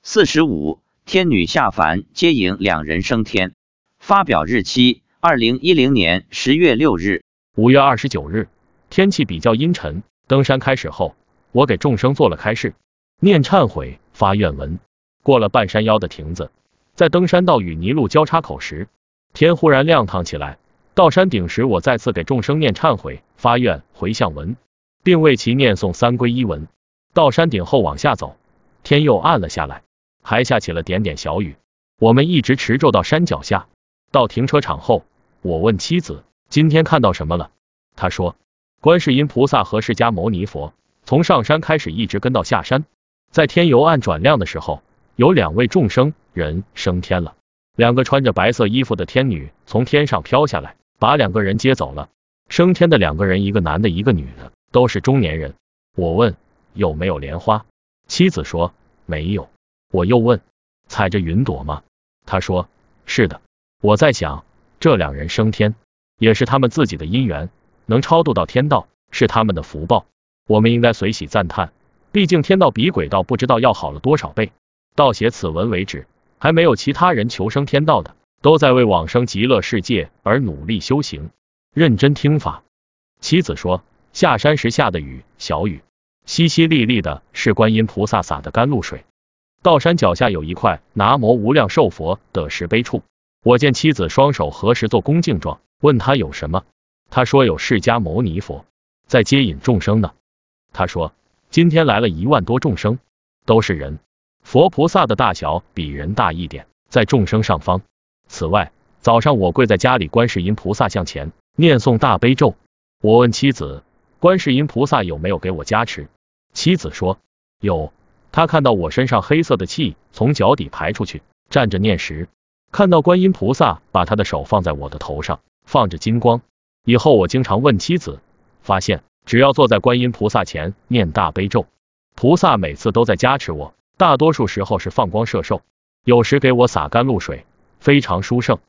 45天女下凡接引两人升天。发表日期2010年10月6日。 5月29日，天气比较阴沉，登山开始后，我给众生做了开示，念忏悔发愿文。过了半山腰的亭子，在登山道与泥路交叉口时，天忽然亮堂起来。到山顶时，我再次给众生念忏悔发愿回向文，并为其念诵三皈依文。到山顶后往下走，天又暗了下来，还下起了点点小雨。我们一直持咒到山脚下。到停车场后，我问妻子今天看到什么了。她说观世音菩萨和释迦牟尼佛从上山开始一直跟到下山，在天由暗转亮的时候，有两位众生人升天了。两个穿着白色衣服的天女从天上飘下来，把两个人接走了。升天的两个人，一个男的一个女的，都是中年人。我问有没有莲花，妻子说没有。我又问踩着云朵吗？她说是的。我在想，这两人升天也是他们自己的因缘，能超度到天道是他们的福报，我们应该随喜赞叹。毕竟天道比鬼道不知道要好了多少倍。到写此文为止，还没有其他人求生天道的，都在为往生极乐世界而努力修行，认真听法。妻子说下山时下的雨，小雨，淅淅沥沥的是观音菩萨洒的甘露水。到山脚下有一块南无无量寿佛的石碑处，我见妻子双手合十做恭敬状，问他有什么，他说有释迦牟尼佛在接引众生呢。他说今天来了1万多众生，都是人，佛菩萨的大小比人大一点，在众生上方。此外，早上我跪在家里观世音菩萨像前念诵大悲咒。我问妻子观世音菩萨有没有给我加持，妻子说有，他看到我身上黑色的气从脚底排出去，站着念时，看到观音菩萨把他的手放在我的头上，放着金光。以后我经常问妻子，发现只要坐在观音菩萨前念大悲咒，菩萨每次都在加持我，大多数时候是放光摄受，有时给我洒甘露水，非常殊胜。